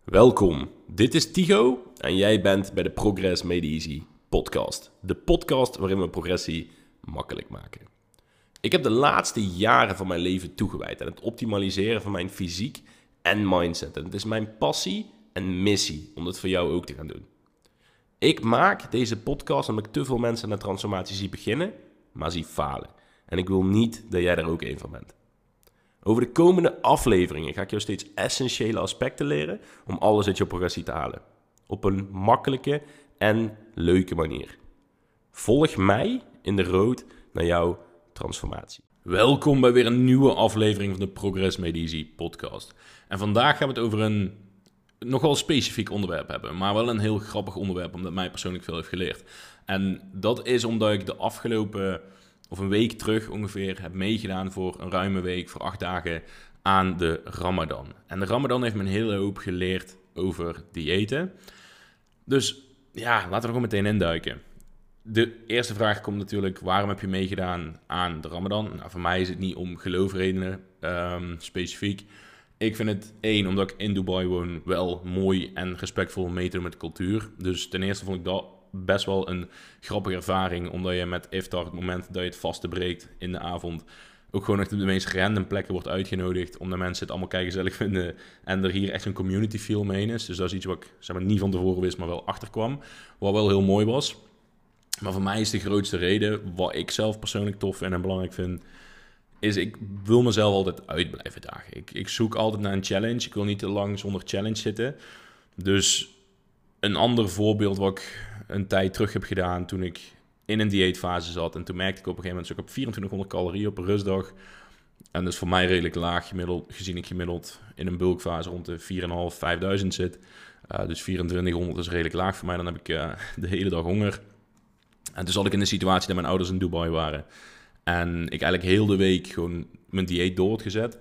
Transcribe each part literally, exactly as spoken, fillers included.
Welkom, dit is Tigo en jij bent bij de Progress Made Easy podcast. De podcast waarin we progressie makkelijk maken. Ik heb de laatste jaren van mijn leven toegewijd aan het optimaliseren van mijn fysiek en mindset. En het is mijn passie en missie om dat voor jou ook te gaan doen. Ik maak deze podcast omdat ik te veel mensen aan de transformatie zie beginnen, maar zie falen. En ik wil niet dat jij daar ook een van bent. Over de komende afleveringen ga ik jou steeds essentiële aspecten leren om alles uit je progressie te halen. Op een makkelijke en leuke manier. Volg mij in de road naar jouw transformatie. Welkom bij weer een nieuwe aflevering van de Progress Made Easy podcast. En vandaag gaan we het over een nogal specifiek onderwerp hebben, maar wel een heel grappig onderwerp omdat mij persoonlijk veel heeft geleerd. En dat is omdat ik de afgelopen... of een week terug ongeveer heb meegedaan voor een ruime week, voor acht dagen aan de Ramadan. En de Ramadan heeft me een hele hoop geleerd over diëten. Dus ja, laten we er gewoon meteen induiken. De eerste vraag komt natuurlijk, waarom heb je meegedaan aan de Ramadan? Nou, voor mij is het niet om geloofredenen um, specifiek. Ik vind het één, omdat ik in Dubai woon, wel mooi en respectvol mee te doen met de cultuur. Dus ten eerste vond ik dat best wel een grappige ervaring, omdat je met iftar, het moment dat je het vasten breekt in de avond, ook gewoon echt op de meest random plekken wordt uitgenodigd, omdat mensen het allemaal kijkgezellig vinden en er hier echt zo'n community feel mee is. Dus dat is iets wat ik zeg maar, niet van tevoren wist, maar wel achterkwam, wat wel heel mooi was. Maar voor mij is de grootste reden, wat ik zelf persoonlijk tof vind en belangrijk vind, is ik wil mezelf altijd uit blijven dagen. Ik, ik zoek altijd naar een challenge, ik wil niet te lang zonder challenge zitten. Dus een ander voorbeeld wat ik een tijd terug heb gedaan toen ik in een dieetfase zat. En toen merkte ik op een gegeven moment, dus ik heb vierentwintighonderd calorieën op een rustdag. En dat is voor mij redelijk laag, gemiddeld, gezien ik gemiddeld in een bulkfase rond de vier en een half, vijfduizend zit. Uh, dus vierentwintighonderd is redelijk laag voor mij. Dan heb ik uh, de hele dag honger. En toen zat ik in de situatie dat mijn ouders in Dubai waren. En ik eigenlijk heel de week gewoon mijn dieet door had gezet.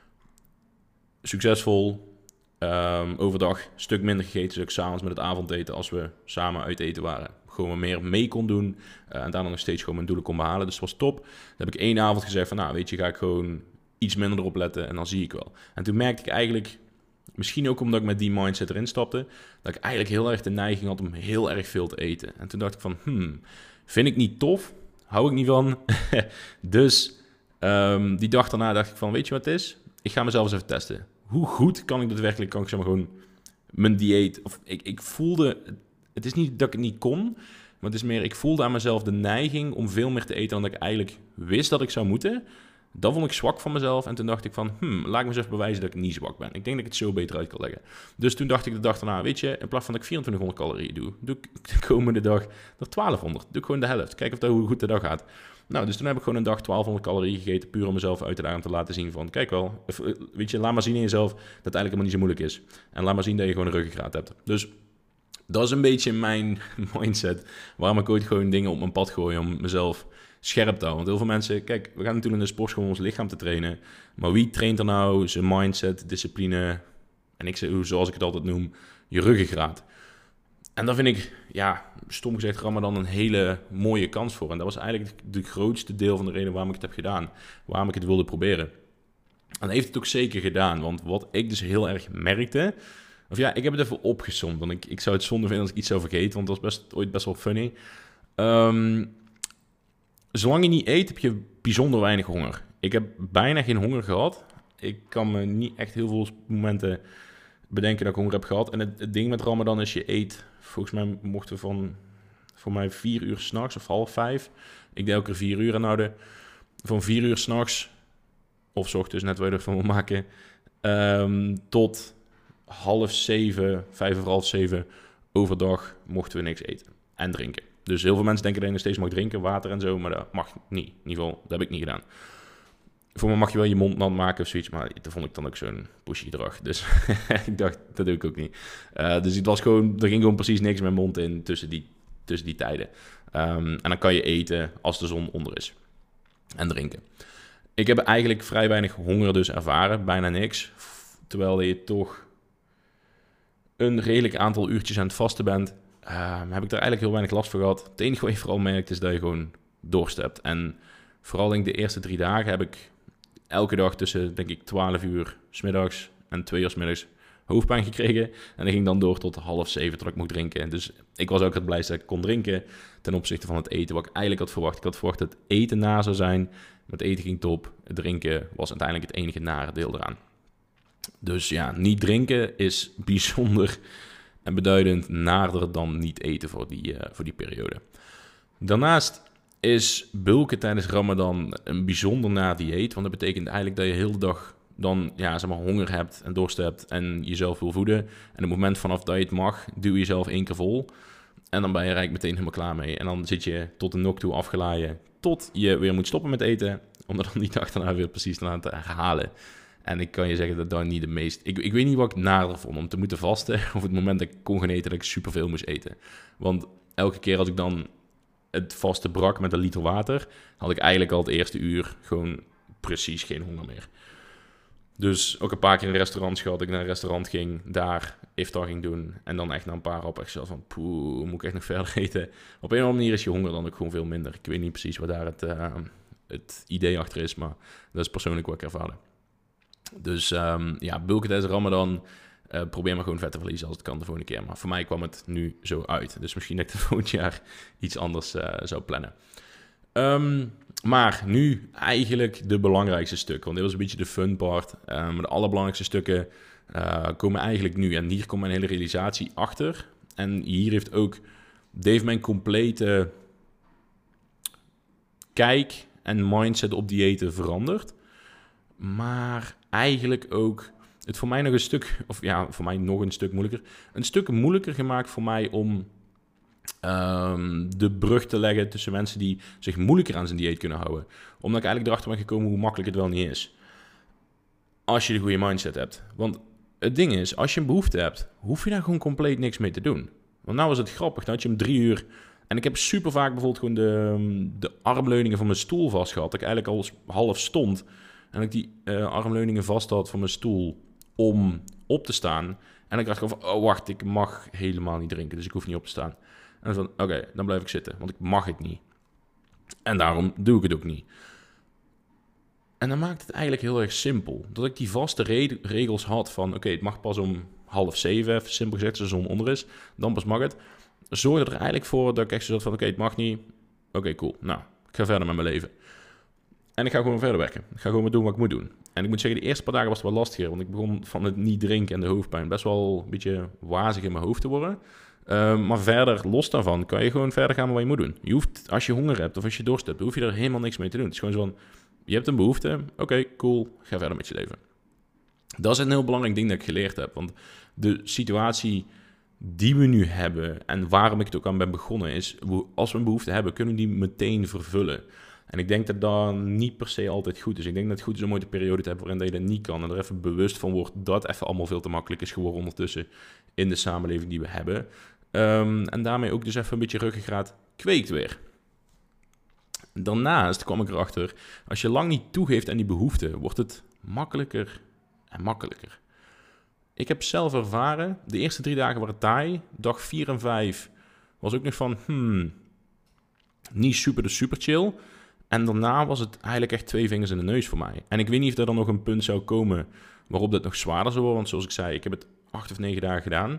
Succesvol. Um, overdag een stuk minder gegeten, dus ik 's avonds met het avondeten, als we samen uit eten waren, gewoon meer mee kon doen. Uh, en daarna nog steeds gewoon mijn doelen kon behalen. Dus dat was top. Dan heb ik één avond gezegd van, nou weet je, ga ik gewoon iets minder erop letten en dan zie ik wel. En toen merkte ik eigenlijk, misschien ook omdat ik met die mindset erin stapte, dat ik eigenlijk heel erg de neiging had om heel erg veel te eten. En toen dacht ik van, hmm, vind ik niet tof, hou ik niet van. Dus um, die dag daarna dacht ik van, weet je wat het is? Ik ga mezelf eens even testen. Hoe goed kan ik dat werkelijk? Kan ik zeg maar gewoon mijn dieet... Of ik, ik voelde... Het is niet dat ik het niet kon, maar het is meer... Ik voelde aan mezelf de neiging om veel meer te eten dan dat ik eigenlijk wist dat ik zou moeten. Dat vond ik zwak van mezelf. En toen dacht ik van... Hmm, laat ik mezelf bewijzen dat ik niet zwak ben. Ik denk dat ik het zo beter uit kan leggen. Dus toen dacht ik de dag daarna... Weet je, in plaats van dat ik vierentwintighonderd calorieën doe... Doe ik de komende dag nog twaalfhonderd. Doe ik gewoon de helft. Kijk of dat hoe goed de dag gaat. Nou, dus toen heb ik gewoon een dag twaalfhonderd calorieën gegeten, puur om mezelf uit te dagen, om te laten zien van, kijk wel, weet je, laat maar zien in jezelf dat het eigenlijk helemaal niet zo moeilijk is. En laat maar zien dat je gewoon een ruggengraat hebt. Dus dat is een beetje mijn mindset, waarom ik ooit gewoon dingen op mijn pad gooi om mezelf scherp te houden. Want heel veel mensen, kijk, we gaan natuurlijk in de sportschool om ons lichaam te trainen, maar wie traint er nou zijn mindset, discipline, en ik zeg, zoals ik het altijd noem, je ruggengraat. En dan vind ik, ja, stom gezegd, Ramadan een hele mooie kans voor. En dat was eigenlijk de grootste deel van de reden waarom ik het heb gedaan. Waarom ik het wilde proberen. En heeft het ook zeker gedaan. Want wat ik dus heel erg merkte... Of ja, ik heb het even opgesomd. Want ik, ik zou het zonde vinden als ik iets zou vergeten. Want dat was best, ooit best wel funny. Um, zolang je niet eet, heb je bijzonder weinig honger. Ik heb bijna geen honger gehad. Ik kan me niet echt heel veel momenten bedenken dat ik honger heb gehad. En het, het ding met Ramadan is, je eet... Volgens mij mochten we van voor mij vier uur 's nachts of half vijf. Ik deed elke keer vier uur aanhouden. Van vier uur 's nachts, of 's ochtends, net waar je ervan wil maken, um, tot half zeven, vijf of half zeven overdag mochten we niks eten en drinken. Dus heel veel mensen denken dat je nog steeds mag drinken, water en zo, maar dat mag niet. In ieder geval, dat heb ik niet gedaan. Voor me mag je wel je mond nat maken of zoiets, maar dat vond ik dan ook zo'n pushy gedrag. Dus ik dacht, dat doe ik ook niet. Uh, dus het was gewoon, er ging gewoon precies niks met mijn mond in tussen die, tussen die tijden. Um, en dan kan je eten als de zon onder is. En drinken. Ik heb eigenlijk vrij weinig honger dus ervaren, bijna niks. Terwijl je toch een redelijk aantal uurtjes aan het vasten bent, uh, heb ik daar eigenlijk heel weinig last van gehad. Het enige wat je vooral merkt is dat je gewoon dorst hebt. En vooral denk ik de eerste drie dagen heb ik elke dag tussen, denk ik, twaalf uur 's middags en twee uur 's middags hoofdpijn gekregen. En dat ging dan door tot half zeven tot ik mocht drinken. Dus ik was ook het blijste dat ik kon drinken ten opzichte van het eten wat ik eigenlijk had verwacht. Ik had verwacht dat het eten na zou zijn. Met eten ging top. Het drinken was uiteindelijk het enige nare deel eraan. Dus ja, niet drinken is bijzonder en beduidend naarder dan niet eten voor die, uh, voor die periode. Daarnaast is bulken tijdens Ramadan een bijzonder naar dieet. Want dat betekent eigenlijk dat je heel de dag dan ja, zeg maar, honger hebt en dorst hebt en jezelf wil voeden. En op het moment vanaf dat je het mag, duw je jezelf één keer vol. En dan ben je eigenlijk meteen helemaal klaar mee. En dan zit je tot de nok toe afgeladen tot je weer moet stoppen met eten. Om er dan die dag daarna weer precies aan te herhalen. En ik kan je zeggen dat dat niet de meest... Ik, ik weet niet wat ik nader vond om te moeten vasten. Of het moment dat ik kon gaan eten dat ik superveel moest eten. Want elke keer als ik dan het vasten brak met een liter water, had ik eigenlijk al het eerste uur gewoon precies geen honger meer. Dus ook een paar keer in restaurants gehad, dat ik naar een restaurant ging, daar iftar ging doen. En dan echt na een paar happen echt zelf van, poeh, moet ik echt nog verder eten? Op een of andere manier is je honger dan ook gewoon veel minder. Ik weet niet precies wat daar het, uh, het idee achter is, maar dat is persoonlijk wat ik ervaren. Dus um, ja, bulken tijdens Ramadan, uh, probeer maar gewoon vet te verliezen als het kan de volgende keer. Maar voor mij kwam het nu zo uit. Dus misschien dat ik het volgend jaar iets anders uh, zou plannen. Um, maar nu eigenlijk de belangrijkste stuk. Want dit was een beetje de fun part. Um, de allerbelangrijkste stukken uh, komen eigenlijk nu. En hier komt mijn hele realisatie achter. En hier heeft ook Dave mijn complete kijk en mindset op diëten veranderd. Maar eigenlijk ook het voor mij nog een stuk, of ja, voor mij nog een stuk moeilijker. Een stuk moeilijker gemaakt voor mij om um, de brug te leggen tussen mensen die zich moeilijker aan zijn dieet kunnen houden. Omdat ik eigenlijk erachter ben gekomen hoe makkelijk het wel niet is. Als je de goede mindset hebt. Want het ding is, als je een behoefte hebt, hoef je daar gewoon compleet niks mee te doen. Want nou was het grappig, dan had je hem drie uur. En ik heb super vaak bijvoorbeeld gewoon de, de armleuningen van mijn stoel vast gehad. Dat ik eigenlijk al half stond. En ik die uh, armleuningen vast had van mijn stoel om op te staan. En ik dacht gewoon van, oh wacht, ik mag helemaal niet drinken. Dus ik hoef niet op te staan. En dan van, oké, okay, dan blijf ik zitten. Want ik mag het niet. En daarom doe ik het ook niet. En dan maakt het eigenlijk heel erg simpel. Dat ik die vaste re- regels had van, oké, okay, het mag pas om half zeven. Even simpel gezegd, als de zon onder is. Dan pas mag het. Zorgde er eigenlijk voor dat ik echt zo zat van, oké, okay, het mag niet. Oké, okay, cool. Nou, ik ga verder met mijn leven. En ik ga gewoon verder werken. Ik ga gewoon doen wat ik moet doen. En ik moet zeggen, de eerste paar dagen was het wel lastiger. Want ik begon van het niet drinken en de hoofdpijn best wel een beetje wazig in mijn hoofd te worden. Uh, maar verder, los daarvan, kan je gewoon verder gaan met wat je moet doen. Je hoeft, als je honger hebt of als je dorst hebt, hoef je er helemaal niks mee te doen. Het is gewoon zo van, je hebt een behoefte. Oké, okay, cool. Ga verder met je leven. Dat is een heel belangrijk ding dat ik geleerd heb. Want de situatie die we nu hebben en waarom ik het ook aan ben begonnen is, als we een behoefte hebben, kunnen we die meteen vervullen. En ik denk dat dat niet per se altijd goed is. Ik denk dat het goed is om ooit een periode te hebben waarin dat je dat niet kan. En er even bewust van wordt dat even allemaal veel te makkelijk is geworden ondertussen in de samenleving die we hebben. Um, en daarmee ook dus even een beetje ruggengraat kweekt weer. Daarnaast kwam ik erachter, als je lang niet toegeeft aan die behoefte, wordt het makkelijker en makkelijker. Ik heb zelf ervaren, de eerste drie dagen waren taai. Dag vier en vijf was ook nog van, hmm, niet super de super chill. En daarna was het eigenlijk echt twee vingers in de neus voor mij. En ik weet niet of er dan nog een punt zou komen waarop dat nog zwaarder zou worden. Want zoals ik zei, ik heb het acht of negen dagen gedaan.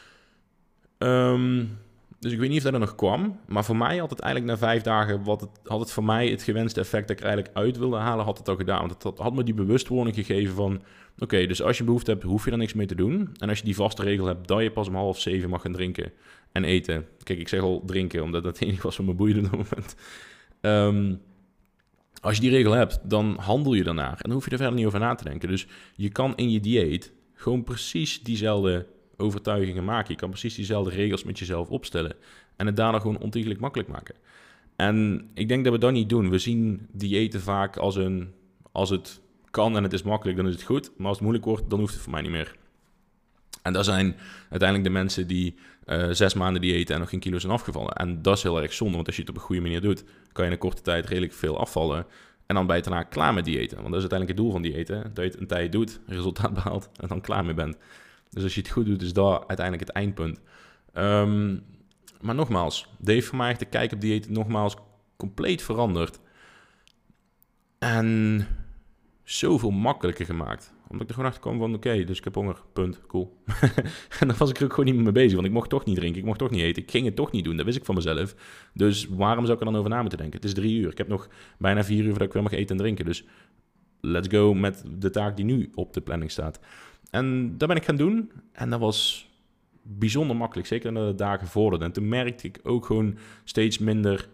Um, dus ik weet niet of dat er nog kwam. Maar voor mij had het eigenlijk na vijf dagen, wat het, had het voor mij het gewenste effect dat ik er eigenlijk uit wilde halen, had het al gedaan. Want het had me die bewustwording gegeven van, oké, okay, dus als je behoefte hebt, hoef je er niks mee te doen. En als je die vaste regel hebt, dat je pas om half zeven mag gaan drinken en eten. Kijk, ik zeg al drinken, omdat dat het enige was wat me boeide op dat moment. Um, Als je die regel hebt, dan handel je daarnaar. En dan hoef je er verder niet over na te denken. Dus je kan in je dieet gewoon precies diezelfde overtuigingen maken. Je kan precies diezelfde regels met jezelf opstellen. En het daarna gewoon ontiegelijk makkelijk maken. En ik denk dat we dat niet doen. We zien diëten vaak als een, als het kan en het is makkelijk, dan is het goed. Maar als het moeilijk wordt, dan hoeft het voor mij niet meer. En dat zijn uiteindelijk de mensen die uh, zes maanden diëten en nog geen kilo zijn afgevallen. En dat is heel erg zonde, want als je het op een goede manier doet, kan je in een korte tijd redelijk veel afvallen. En dan ben je daarna klaar met diëten. Want dat is uiteindelijk het doel van diëten. Dat je het een tijd doet, resultaat behaalt en dan klaar mee bent. Dus als je het goed doet, is dat uiteindelijk het eindpunt. Um, maar nogmaals, Dave voor mij echt de kijk op diëten nogmaals compleet veranderd. En zoveel makkelijker gemaakt. Omdat ik er gewoon achter kwam van, oké, okay, dus ik heb honger, punt, cool. En dan was ik er ook gewoon niet meer mee bezig, want ik mocht toch niet drinken, ik mocht toch niet eten. Ik ging het toch niet doen, dat wist ik van mezelf. Dus waarom zou ik er dan over na moeten denken? Het is drie uur, ik heb nog bijna vier uur voordat ik weer mag eten en drinken. Dus let's go met de taak die nu op de planning staat. En dat ben ik gaan doen en dat was bijzonder makkelijk, zeker na de dagen vorderden. En toen merkte ik ook gewoon steeds minder...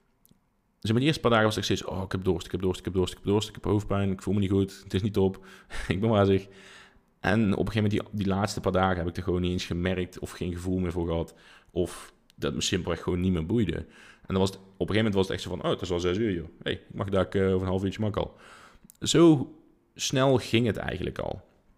Dus in de eerste paar dagen was ik steeds, oh, ik heb dorst, ik heb dorst, ik heb dorst, ik heb dorst, ik heb hoofdpijn, ik voel me niet goed, het is niet top, ik ben wazig. En op een gegeven moment, die, die laatste paar dagen, heb ik er gewoon niet eens gemerkt of geen gevoel meer voor gehad. Of dat me simpelweg gewoon niet meer boeide. En dan was het, op een gegeven moment was het echt zo van, oh, het is al zes uur, joh. Hé, hey, ik mag daar uh, over een half uurtje mak al. Zo snel ging het eigenlijk al.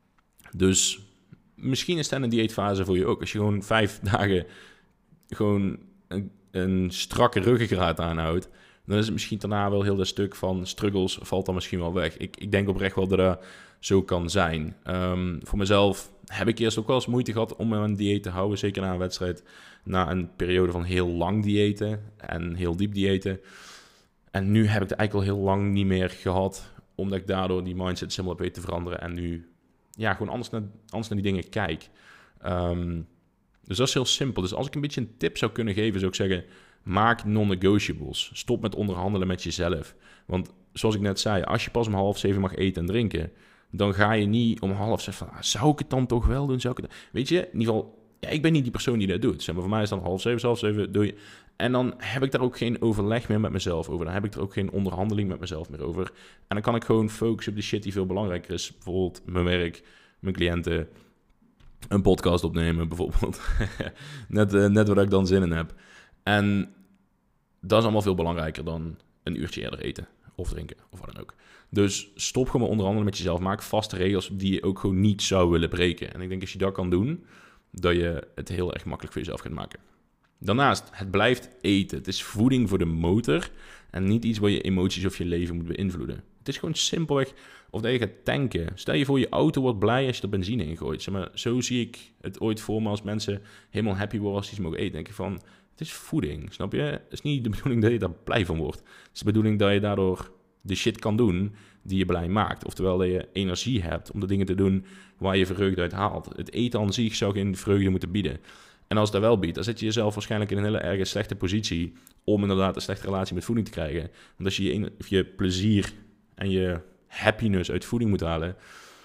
Dus misschien is het een dieetfase voor je ook. Als je gewoon vijf dagen gewoon een, een strakke ruggengraat aanhoudt, dan is het misschien daarna wel heel dat stuk van struggles valt dan misschien wel weg. Ik, ik denk oprecht wel dat dat zo kan zijn. Um, voor mezelf heb ik eerst ook wel eens moeite gehad om een dieet te houden. Zeker na een wedstrijd, na een periode van heel lang diëten en heel diep diëten. En nu heb ik het eigenlijk al heel lang niet meer gehad, omdat ik daardoor die mindset simpel heb weten te veranderen en nu ja, gewoon anders naar, anders naar die dingen kijk. Um, dus dat is heel simpel. Dus als ik een beetje een tip zou kunnen geven, zou ik zeggen, maak non-negotiables. Stop met onderhandelen met jezelf. Want zoals ik net zei, als je pas om half zeven mag eten en drinken, dan ga je niet om half zeven van, ah, zou ik het dan toch wel doen? Zou ik het... Weet je, in ieder geval, ja, ik ben niet die persoon die dat doet. Zeg maar, voor mij is dan half zeven, half zeven, doe je. En dan heb ik daar ook geen overleg meer met mezelf over. Dan heb ik er ook geen onderhandeling met mezelf meer over. En dan kan ik gewoon focussen op de shit die veel belangrijker is. Bijvoorbeeld mijn werk, mijn cliënten, een podcast opnemen bijvoorbeeld. net, uh, net waar ik dan zin in heb. En dat is allemaal veel belangrijker dan een uurtje eerder eten of drinken of wat dan ook. Dus stop gewoon met onderhandelen met jezelf. Maak vaste regels die je ook gewoon niet zou willen breken. En ik denk als je dat kan doen, dat je het heel erg makkelijk voor jezelf gaat maken. Daarnaast, het blijft eten. Het is voeding voor de motor en niet iets waar je emoties of je leven moet beïnvloeden. Het is gewoon simpelweg of dat je gaat tanken. Stel je voor, je auto wordt blij als je er benzine in gooit. Zeg maar, zo zie ik het ooit voor me als mensen helemaal happy worden als ze iets mogen eten. Denk je van, het is voeding, snap je? Het is niet de bedoeling dat je daar blij van wordt. Het is de bedoeling dat je daardoor de shit kan doen die je blij maakt. Oftewel dat je energie hebt om de dingen te doen waar je vreugde uit haalt. Het eten aan zich zou geen vreugde moeten bieden. En als dat wel biedt, dan zet je jezelf waarschijnlijk in een hele erg slechte positie om inderdaad een slechte relatie met voeding te krijgen. Want als je je, je plezier en je happiness uit voeding moet halen,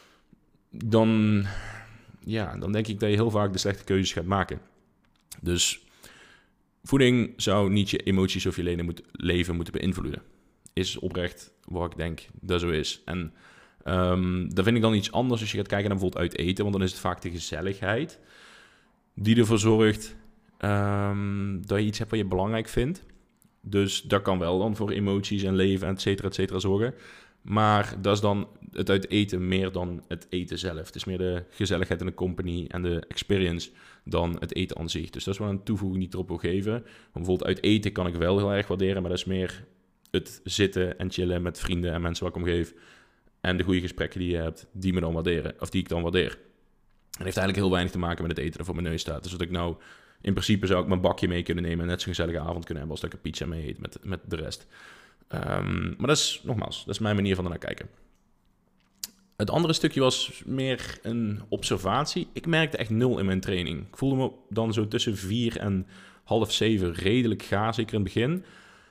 dan, ja, dan denk ik dat je heel vaak de slechte keuzes gaat maken. Dus voeding zou niet je emoties of je leven moeten beïnvloeden. Is oprecht wat ik denk dat zo is. En um, dat vind ik dan iets anders als je gaat kijken naar bijvoorbeeld uit eten, want dan is het vaak de gezelligheid die ervoor zorgt um, dat je iets hebt wat je belangrijk vindt. Dus dat kan wel dan voor emoties en leven, et cetera, et cetera zorgen. Maar dat is dan het uit eten meer dan het eten zelf. Het is meer de gezelligheid en de company en de experience dan het eten aan zich. Dus dat is wel een toevoeging die ik erop wil geven. Want bijvoorbeeld uit eten kan ik wel heel erg waarderen, maar dat is meer het zitten en chillen met vrienden en mensen waar ik omgeef. En de goede gesprekken die je hebt, die me dan waarderen, of die ik dan waardeer. Het heeft eigenlijk heel weinig te maken met het eten dat voor mijn neus staat. Dus dat ik nou, in principe zou ik mijn bakje mee kunnen nemen en net zo'n gezellige avond kunnen hebben als dat ik een pizza mee eet met, met de rest. Um, maar dat is, nogmaals, dat is mijn manier van ernaar kijken. Het andere stukje was meer een observatie. Ik merkte echt nul in mijn training. Ik voelde me dan zo tussen vier en half zeven redelijk gaar, zeker in het begin.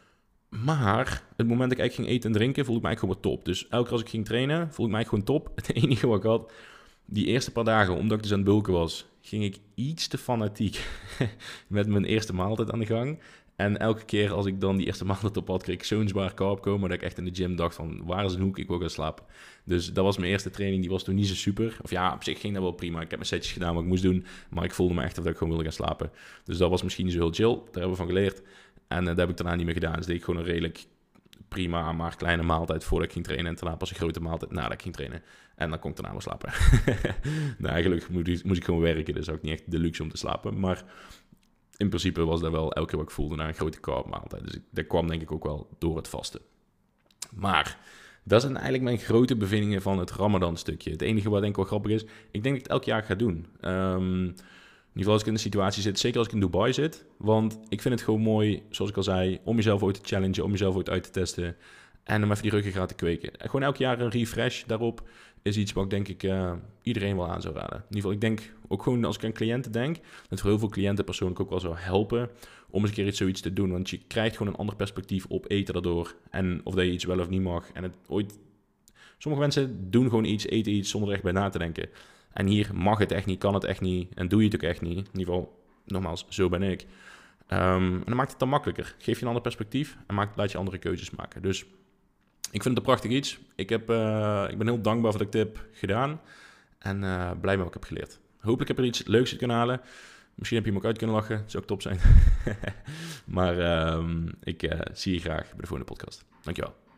Maar het moment dat ik eigenlijk ging eten en drinken, voelde ik me eigenlijk gewoon top. Dus elke keer als ik ging trainen, voelde ik me eigenlijk gewoon top. Het enige wat ik had, die eerste paar dagen, omdat ik dus aan het bulken was, ging ik iets te fanatiek met mijn eerste maaltijd aan de gang. En elke keer als ik dan die eerste maaltijd op had, kreeg ik zo'n zwaar carb komen dat ik echt in de gym dacht van, waar is een hoek? Ik wil gaan slapen. Dus dat was mijn eerste training, die was toen niet zo super. Of ja, op zich ging dat wel prima. Ik heb mijn setjes gedaan wat ik moest doen, maar ik voelde me echt dat ik gewoon wilde gaan slapen. Dus dat was misschien niet zo heel chill, daar hebben we van geleerd. En uh, dat heb ik daarna niet meer gedaan. Dus deed ik gewoon een redelijk prima, maar kleine maaltijd voordat ik ging trainen. En daarna pas een grote maaltijd nadat ik ging trainen. En dan kon ik daarna wel slapen. Nou, eigenlijk moest ik, moest ik gewoon werken, dus ook niet echt de luxe om te slapen. Maar in principe was dat wel elke keer wat ik voelde na een grote carb maaltijd. Dus ik, dat kwam denk ik ook wel door het vasten. Maar dat zijn eigenlijk mijn grote bevindingen van het Ramadan stukje. Het enige wat denk ik wel grappig is, ik denk dat ik het elk jaar ga doen. Um, in ieder geval als ik in de situatie zit, zeker als ik in Dubai zit. Want ik vind het gewoon mooi, zoals ik al zei, om jezelf ooit te challengen, om jezelf ooit uit te testen. En om even die ruggengraat te kweken. Gewoon elk jaar een refresh daarop. is iets wat ik denk ik uh, iedereen wel aan zou raden. In ieder geval, ik denk ook gewoon als ik aan cliënten denk, dat het voor heel veel cliënten persoonlijk ook wel zou helpen om eens een keer iets zoiets te doen. Want je krijgt gewoon een ander perspectief op eten daardoor. En of dat je iets wel of niet mag. En het ooit... Sommige mensen doen gewoon iets, eten iets zonder er echt bij na te denken. En hier mag het echt niet, kan het echt niet en doe je het ook echt niet. In ieder geval, nogmaals, zo ben ik. Um, en dan maakt het dan makkelijker. Geef je een ander perspectief en maak, laat je andere keuzes maken. Dus ik vind het een prachtig iets. Ik, heb, uh, ik ben heel dankbaar voor dat ik dit heb gedaan. En uh, blij met wat ik heb geleerd. Hopelijk heb je er iets leuks uit kunnen halen. Misschien heb je hem ook uit kunnen lachen. Dat zou ook top zijn. maar uh, ik uh, zie je graag bij de volgende podcast. Dankjewel.